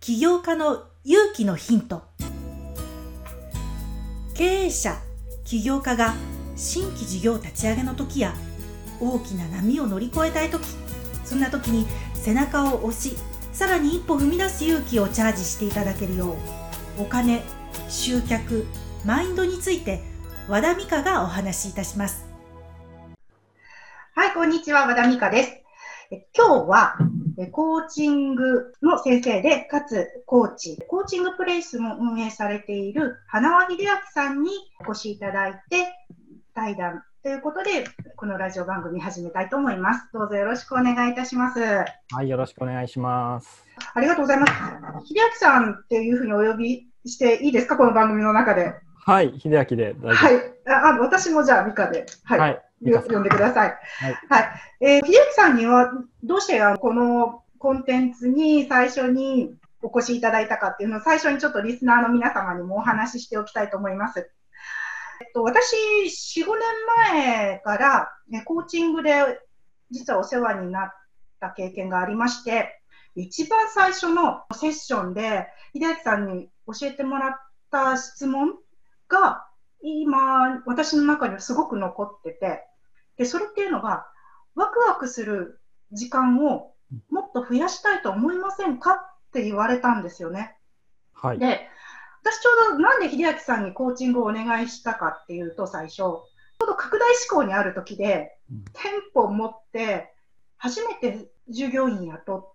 起業家の勇気のヒント。経営者、起業家が新規事業立ち上げの時や大きな波を乗り越えたい時、そんな時に背中を押し、さらに一歩踏み出す勇気をチャージしていただけるよう、お金、集客、マインドについて和田美香がお話しいたします。 はい、こんにちは、和田美香です。今日はコーチングの先生で、かつコーチングプレイスも運営されている花輪秀明さんにお越しいただいて対談ということで、このラジオ番組始めたいと思います。どうぞよろしくお願いいたします。 はい、よろしくお願いします。 ありがとうございます。秀明さんっていうふうにお呼びしていいですか、この番組の中で。 はい、秀明で大丈夫です。 はい、私もじゃあ美香で、はい、呼んでください。 はい。 秀明さんにはどうしてこのコンテンツに最初にお越しいただいたかっていうのを最初にちょっとリスナーの皆様にもお話ししておきたいと思います。私、4、5年前から、コーチングで実はお世話になった経験がありまして、一番最初のセッションで秀明さんに教えてもらった質問が今私の中にはすごく残ってて、でそれっていうのが、ワクワクする時間をもっと増やしたいと思いませんかって言われたんですよね。 はい。 で、私ちょうどなんで秀明さんにコーチングをお願いしたかっていうと、最初ちょうど拡大志向にある時で、店舗を持って初めて従業員雇って、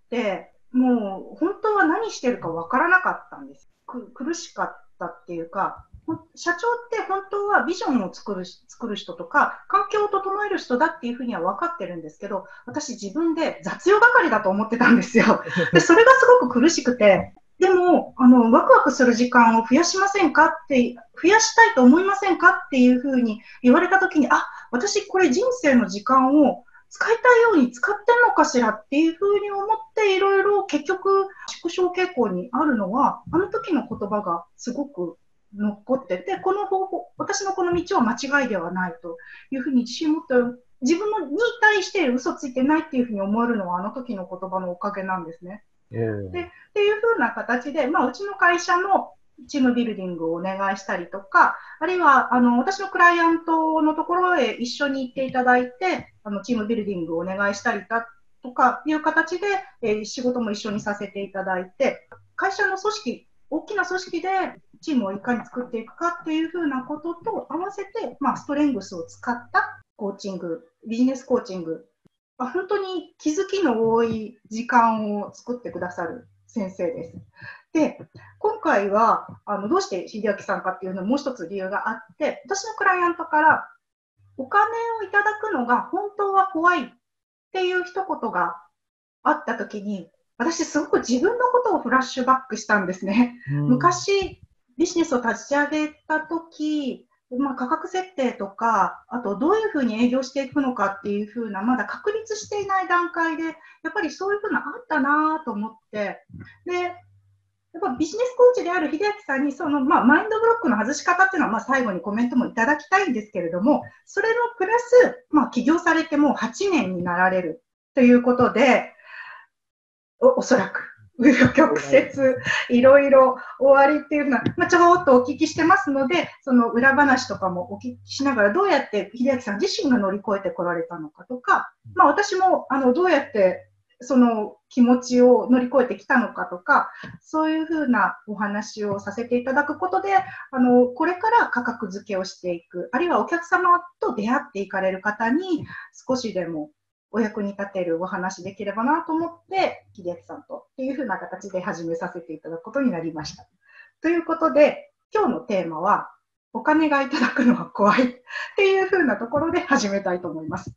もう本当は何してるかわからなかったんです。苦しかったっていうか、社長って本当はビジョンを作る人とか環境を整える人だっていうふうには分かってるんですけど、私自分で雑用係だと思ってたんですよ。でそれがすごく苦しくて、でもワクワクする時間を増やしませんかって、増やしたいと思いませんかっていうふうに言われた時に、私これ人生の時間を使いたいように使ってんのかしらっていうふうに思って、いろいろ結局縮小傾向にあるのは、あの時の言葉がすごく残ってて、この方法、私のこの道は間違いではないというふうに自信を持って、自分に対して嘘ついてないっていうふうに思えるのはあの時の言葉のおかげなんですね。でっていうふうな形で、うちの会社のチームビルディングをお願いしたりとか、あるいは私のクライアントのところへ一緒に行っていただいて、チームビルディングをお願いしたりだとかいう形で、仕事も一緒にさせていただいて、会社の組織、大きな組織でチームをいかに作っていくかっていうふうなことと合わせて、ストレングスを使ったコーチング、ビジネスコーチング、本当に気づきの多い時間を作ってくださる先生です。で、今回はどうして秀明さんかっていうのもう一つ理由があって、私のクライアントからお金をいただくのが本当は怖いっていう一言があったときに、私すごく自分のことをフラッシュバックしたんですね。昔ビジネスを立ち上げたとき、価格設定とか、あとどういうふうに営業していくのかっていうふうな、まだ確立していない段階で、やっぱりそういうふうなあったなと思って、で、やっぱビジネスコーチである秀明さんにマインドブロックの外し方っていうのは最後にコメントもいただきたいんですけれども、それのプラス、起業されてもう8年になられるということで、おそらく紆余曲折いろいろ終わりっていうのは、ちょっとお聞きしてますので、その裏話とかもお聞きしながら、どうやって秀明さん自身が乗り越えてこられたのかとか、私もどうやってその気持ちを乗り越えてきたのかとか、そういうふうなお話をさせていただくことで、これから価格付けをしていく、あるいはお客様と出会っていかれる方に少しでもお役に立てるお話できればなと思って、秀明さんとっていうふうな形で始めさせていただくことになりました。ということで、今日のテーマは、お金がいただくのは怖いっていうふうなところで始めたいと思います。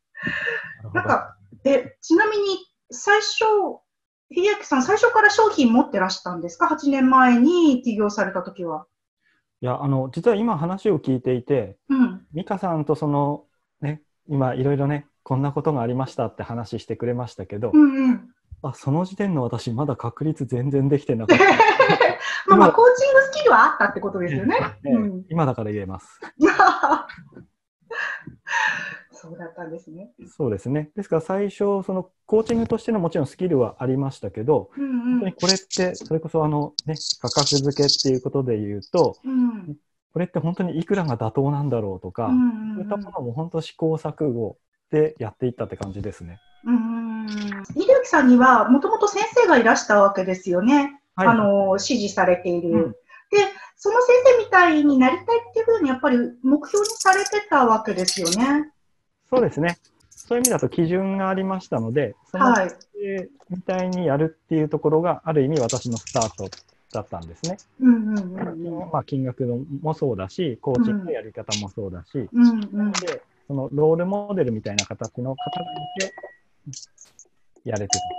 ちなみに、秀明さん、最初から商品持ってらしたんですか？8年前に起業されたときは。 いや、実は今話を聞いていて、美香さんと今いろいろね、こんなことがありましたって話してくれましたけど、その時点の私まだ確立全然できてなかった。 コーチングスキルはあったってことですよね。 今だから言えます。 そうだったんですね。 そうですね。ですから最初、そのコーチングとしてのもちろんスキルはありましたけど、本当にこれって、それこそ価格付けっていうことで言うと、これって本当にいくらが妥当なんだろうとか、そういったものも本当試行錯誤でやっていったって感じですね。 秀明さんにはもともと先生がいらしたわけですよね。はい、指示されている。で、その先生みたいになりたいっていうふうにやっぱり目標にされてたわけですよね。 そうですね。そういう意味だと基準がありましたので、その先生みたいにやるっていうところがある意味私のスタートだったんですね。金額もそうだし、コーチングのやり方もそうだし、でそのロールモデルみたいな形の方がいてやれてる。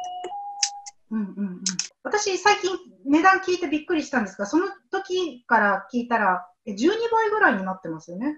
私、最近値段聞いてびっくりしたんですが、その時から聞いたら12倍ぐらいになってますよね。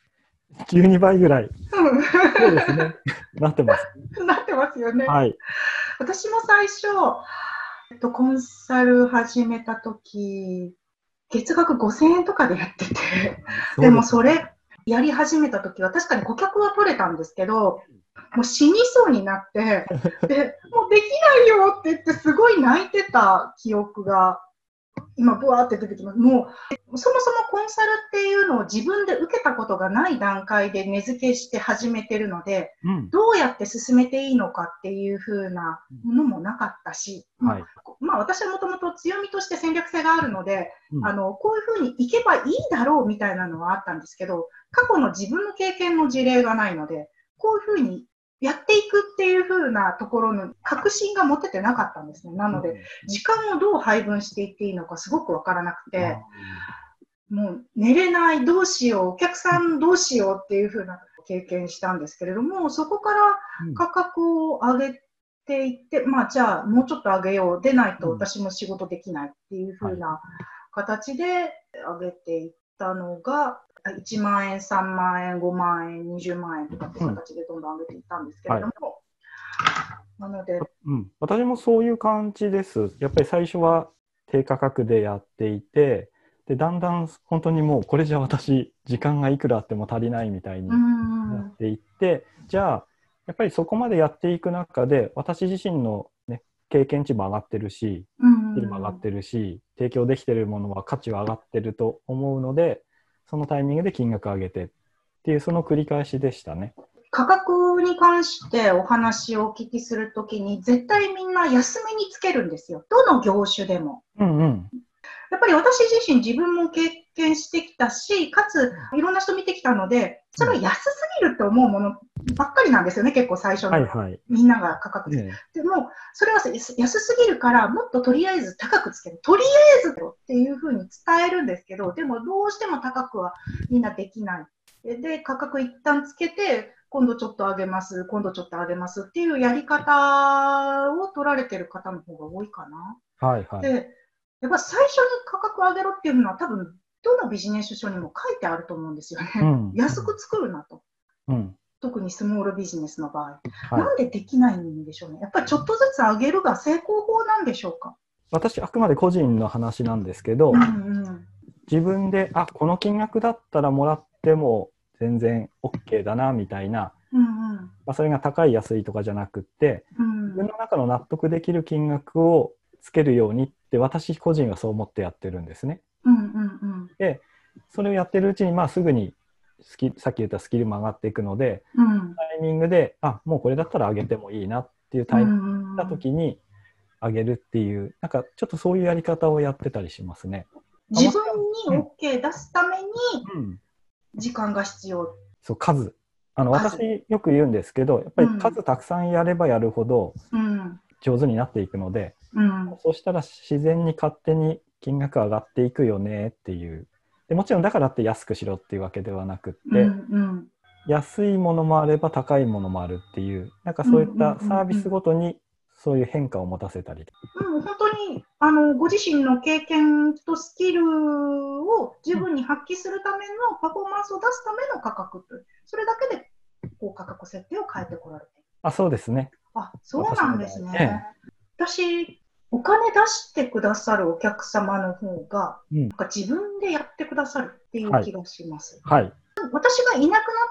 12倍ぐらい。そうですね。なってます。 なってますよね。 はい。 私も最初、コンサル始めた時、月額5000円とかでやってて、でもそれやり始めた時は確かに顧客は取れたんですけど、もう死にそうになって、で、もうできないよって言ってすごい泣いてた記憶が今ブワーって出てきます。もうそもそもコンサルっていうのを自分で受けたことがない段階で値付けして始めてるので、どうやって進めていいのかっていう風なものもなかったし、私はもともと強みとして戦略性があるので、こういう風にいけばいいだろうみたいなのはあったんですけど、過去の自分の経験の事例がないので、こういう風にやっていくっていう風なところの確信が持ててなかったんですね。なので、時間をどう配分していっていいのかすごくわからなくて、もう寝れない、どうしよう、お客さんどうしようっていう風な経験したんですけれども、そこから価格を上げていって、じゃあもうちょっと上げよう、出ないと私も仕事できないっていう風な形で上げていったのが、1万円、3万円、5万円、20万円とかって形でどんどん上げていったんですけれども、なので、 私もそういう感じです。やっぱり最初は低価格でやっていて、でだんだん本当にもうこれじゃ私時間がいくらあっても足りないみたいになっていって、じゃあやっぱりそこまでやっていく中で私自身の、経験値も上がってるし、スキルも上がってるし、提供できてるものは価値は上がってると思うので、そのタイミングで金額上げてっていうその繰り返しでしたね。 価格に関してお話をお聞きするときに絶対みんな安めにつけるんですよ。どの業種でも。やっぱり私自身自分も経験してきたし、かついろんな人見てきたので、それは安すぎるって思うものばっかりなんですよね、結構最初の。みんなが価格で。でも、それは安すぎるからもっととりあえず高くつける。とりあえずっていうふうに伝えるんですけど、でもどうしても高くはみんなできない。で、価格一旦つけて、今度ちょっと上げます、今度ちょっと上げますっていうやり方を取られてる方の方が多いかな。で、やっぱ最初に価格上げろっていうのは多分どのビジネス書にも書いてあると思うんですよね。安く作るなと。特にスモールビジネスの場合。なんでできないんでしょうね。やっぱりちょっとずつ上げるが成功法なんでしょうか。 私、あくまで個人の話なんですけど、自分で、この金額だったらもらっても全然 OK だなみたいな、それが高い安いとかじゃなくって、自分の中の納得できる金額をつけるようにって私個人はそう思ってやってるんですね。でそれをやってるうちにすぐにさっき言ったスキルも上がっていくので、タイミングでもうこれだったら上げてもいいなっていうタイミングが来た時に上げるっていう、なんかちょっとそういうやり方をやってたりしますね。 自分に OK 出すために時間が必要。 そう数私よく言うんですけど、やっぱり数たくさんやればやるほど上手になっていくので、そうしたら自然に勝手に金額上がっていくよねっていう。でもちろんだからって安くしろっていうわけではなくって、安いものもあれば高いものもあるっていう、なんかそういったサービスごとにそういう変化を持たせたり。 本当にご自身の経験とスキルを十分に発揮するためのパフォーマンスを出すための価格という、それだけで価格設定を変えてこられている。 そうですね。 そうなんですね。私お金出してくださるお客様の方が、なんか自分でやってくださるっていう気がします。私がいなくなっ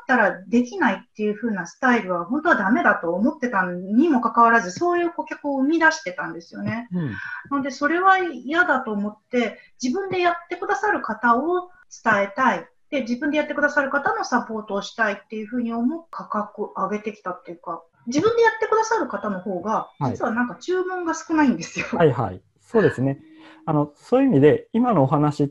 ったらできないっていう風なスタイルは本当はダメだと思ってたにもかかわらず、そういう顧客を生み出してたんですよね。なので、それは嫌だと思って、自分でやってくださる方を伝えたい。で、自分でやってくださる方のサポートをしたいっていう風に思う価格を上げてきたっていうか、自分でやってくださる方の方が、実はなんか注文が少ないんですよ。 はいはい。そうですね。そういう意味で、今のお話って、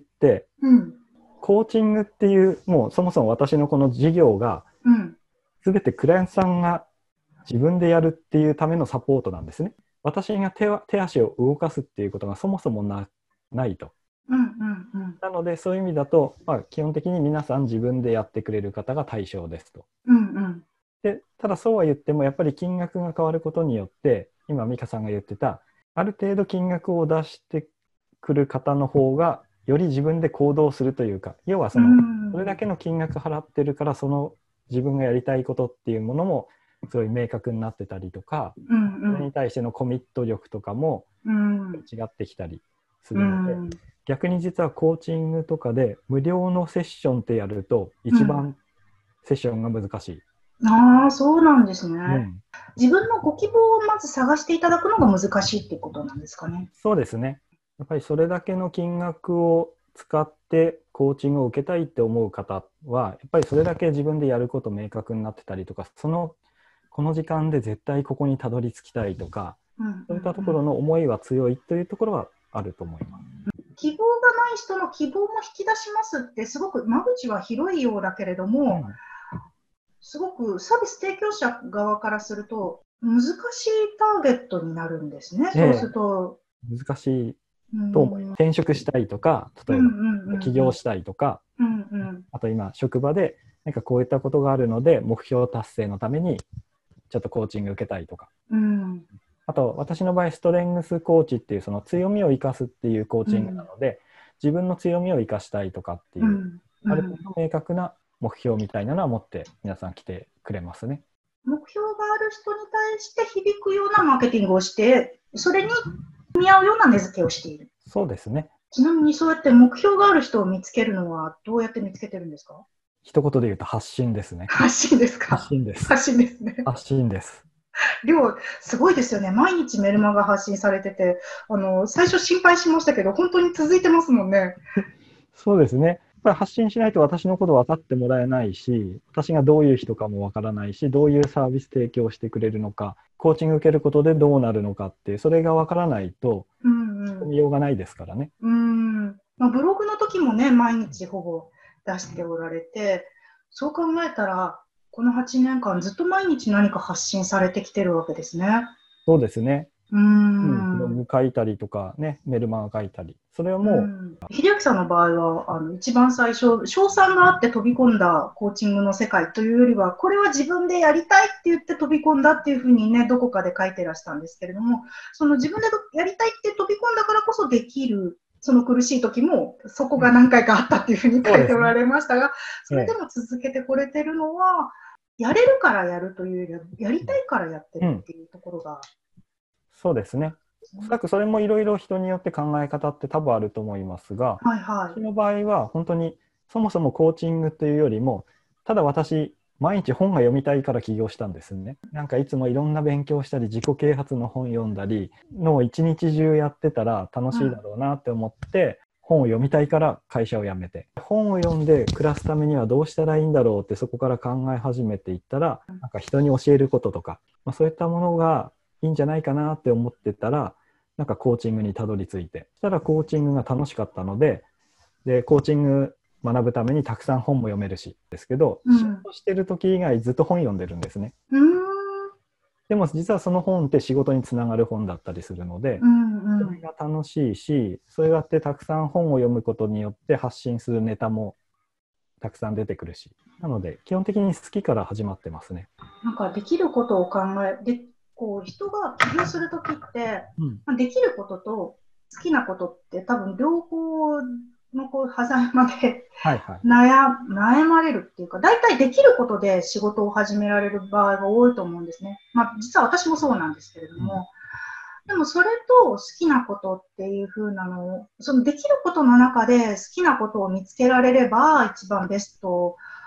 コーチングっていう、もうそもそも私のこの事業が、すべてクライアントさんが自分でやるっていうためのサポートなんですね。私が手足を動かすっていうことがそもそもないと。なので、そういう意味だと、基本的に皆さん自分でやってくれる方が対象ですと。で、ただそうは言っても、やっぱり金額が変わることによって、今、美香さんが言ってた、ある程度金額を出してくる方の方が、より自分で行動するというか、要はそれだけの金額払ってるから、その自分がやりたいことっていうものも、すごい明確になってたりとか、それに対してのコミット力とかも違ってきたりするので、逆に実はコーチングとかで無料のセッションってやると、一番セッションが難しい。 ああ、そうなんですね。自分のご希望をまず探していただくのが難しいっていうことなんですかね。 そうですね。やっぱりそれだけの金額を使ってコーチングを受けたいって思う方は、やっぱりそれだけ自分でやること明確になってたりとか、この時間で絶対ここにたどり着きたいとか、そういったところの思いは強いというところはあると思います。 希望がない人の希望も引き出しますってすごく間口は広いようだけれども、すごくサービス提供者側からすると難しいターゲットになるんですね。そうすると難しいと思います。転職したいとか、例えば起業したいとか、あと今職場でなんかこういったことがあるので目標達成のためにちょっとコーチング受けたいとか、あと私の場合ストレングスコーチっていうその強みを生かすっていうコーチングなので、自分の強みを生かしたいとかっていう、ある程度明確な目標みたいなのは持って皆さん来てくれますね。 目標がある人に対して響くようなマーケティングをして、それに見合うような値付けをしている。 そうですね。 ちなみにそうやって目標がある人を見つけるのはどうやって見つけてるんですか？ 一言で言うと発信ですね。 発信ですか？ 発信です。 発信ですね。 発信です。 量すごいですよね。毎日メルマガ発信されてて、最初心配しましたけど、本当に続いてますもんね。 そうですね。やっぱり発信しないと私のこと分かってもらえないし、私がどういう人かも分からないし、どういうサービス提供してくれるのか、コーチング受けることでどうなるのかって、それが分からないと、見ようがないですからね。 ブログの時もね、毎日ほぼ出しておられて、そう考えたら、この8年間ずっと毎日何か発信されてきてるわけですね。 そうですね。ブログ書いたりとかね、メルマガ書いたり。それはもう。 秀明さんの場合は、一番最初、賞賛があって飛び込んだコーチングの世界というよりは、これは自分でやりたいって言って飛び込んだっていうふうにね、どこかで書いてらしたんですけれども、その自分でやりたいって飛び込んだからこそできる、その苦しい時も、そこが何回かあったっていうふうに書いておられましたが、それでも続けてこれてるのは、やれるからやるというよりは、やりたいからやってるっていうところが。 そうですね。おそらくそれもいろいろ人によって考え方って多分あると思いますが、私の場合は本当にそもそもコーチングというよりも、ただ私、毎日本が読みたいから起業したんですね。なんかいつもいろんな勉強したり、自己啓発の本読んだりのを一日中やってたら楽しいだろうなって思って、本を読みたいから会社を辞めて、本を読んで暮らすためにはどうしたらいいんだろうってそこから考え始めていったら、なんか人に教えることとか、そういったものがいいんじゃないかなって思ってたら、なんかコーチングにたどり着いて、そしたらコーチングが楽しかったので、コーチング学ぶためにたくさん本も読めるしですけど、仕事してる時以外ずっと本読んでるんですね。でも実はその本って仕事につながる本だったりするので、それが楽しいし、そうやってたくさん本を読むことによって発信するネタもたくさん出てくるし、なので基本的に好きから始まってますね。 なんかできることを考えで人が起業するときって、できることと好きなことって多分両方の狭間で悩まれるっていうか、大体できることで仕事を始められる場合が多いと思うんですね。実は私もそうなんですけれども、でもそれと好きなことっていう風なのを、そのできることの中で好きなことを見つけられれば一番ベスト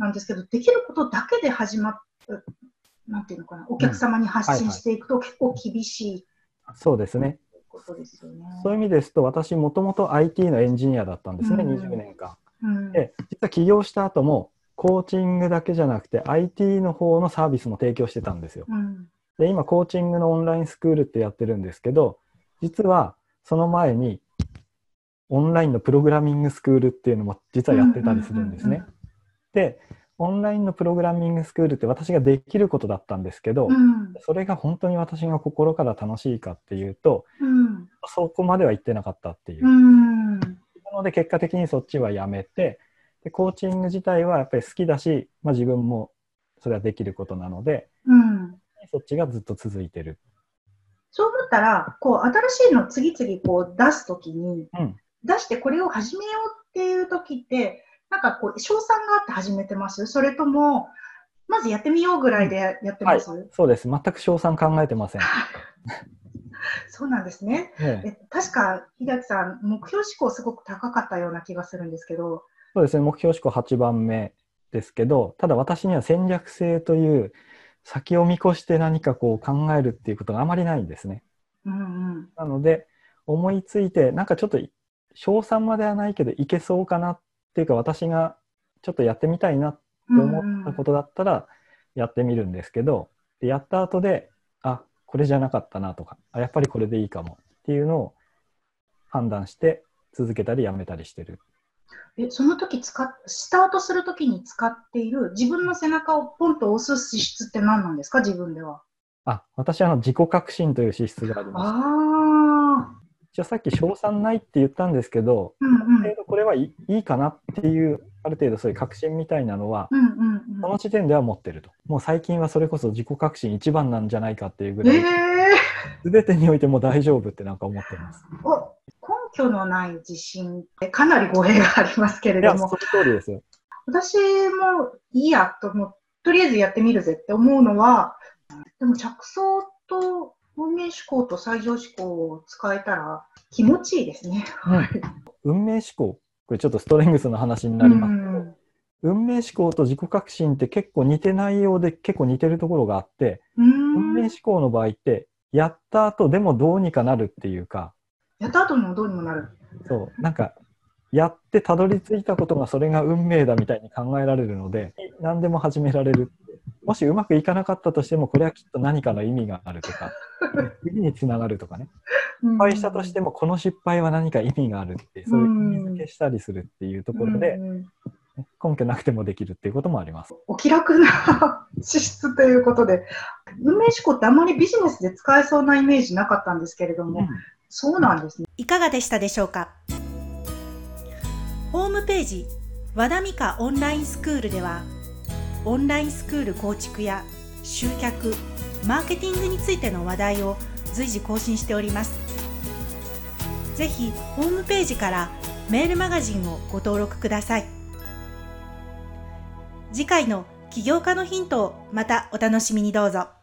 なんですけど、できることだけで始まった、なんていうのかな、お客様に発信していくと結構厳しい。 そうですね。 ことですよね。 そういう意味ですと、私もともと IT のエンジニアだったんですね、20年間。で、実は起業した後も、コーチングだけじゃなくて IT の方のサービスも提供してたんですよ。で、今コーチングのオンラインスクールってやってるんですけど、実はその前にオンラインのプログラミングスクールっていうのも実はやってたりするんですね。で、オンラインのプログラミングスクールって私ができることだったんですけど、それが本当に私が心から楽しいかっていうと、そこまでは言ってなかったっていう。なので結果的にそっちはやめて、でコーチング自体はやっぱり好きだし、自分もそれはできることなので、そっちがずっと続いてる。 そう思ったら、新しいのを次々出すときに、出してこれを始めようっていうときって、なんか賞賛があって始めてます？それとも、まずやってみようぐらいでやってます？ そうです。全く賞賛考えてません。 そうなんですね。確か、秀明さん、目標志向すごく高かったような気がするんですけど。 そうですね。目標志向8番目ですけど、ただ私には戦略性という先を見越して何か考えるっていうことがあまりないんですね。なので、思いついて、なんかちょっと賞賛まではないけどいけそうかなっていうか、私がちょっとやってみたいなって思ったことだったらやってみるんですけど、でやった後で、これじゃなかったなとか、やっぱりこれでいいかもっていうのを判断して続けたりやめたりしてる。 その時スタートする時に使っている自分の背中をポンと押す資質って何なんですか、自分では。 私は自己革新という資質があります。一応さっき賞賛ないって言ったんですけど、ある程度これはいいかなっていう、ある程度そういう革新みたいなのは、その時点では持ってると。もう最近はそれこそ自己革新一番なんじゃないかっていうぐらい、全てにおいても大丈夫ってなんか思ってます。 根拠のない自信ってかなり語弊がありますけれども。 その通りですよ。 私もいいやと思う、とりあえずやってみるぜって思うのは、でも着想と運命思考と最上思考を使えたら気持ちいいですね。 運命思考、これちょっとストレングスの話になりますけど、運命思考と自己革新って結構似てないようで結構似てるところがあって、運命思考の場合ってやった後でもどうにかなるっていうか、 やった後にもどうにもなる。 そう、なんかやってたどり着いたことがそれが運命だみたいに考えられるので、何でも始められる。もしうまくいかなかったとしても、これはきっと何かの意味があるとか、次につながるとかね。失敗したとしても、この失敗は何か意味があるって、そういう意味付けしたりするっていうところで、根拠なくてもできるっていうこともあります。 お気楽な資質ということで、運命思考ってあんまりビジネスで使えそうなイメージなかったんですけれども、そうなんですね。 いかがでしたでしょうか。ホームページ和田美香オンラインスクールでは、オンラインスクール構築や集客、マーケティングについての話題を随時更新しております。ぜひホームページからメールマガジンをご登録ください。次回の起業家のヒントをまたお楽しみにどうぞ。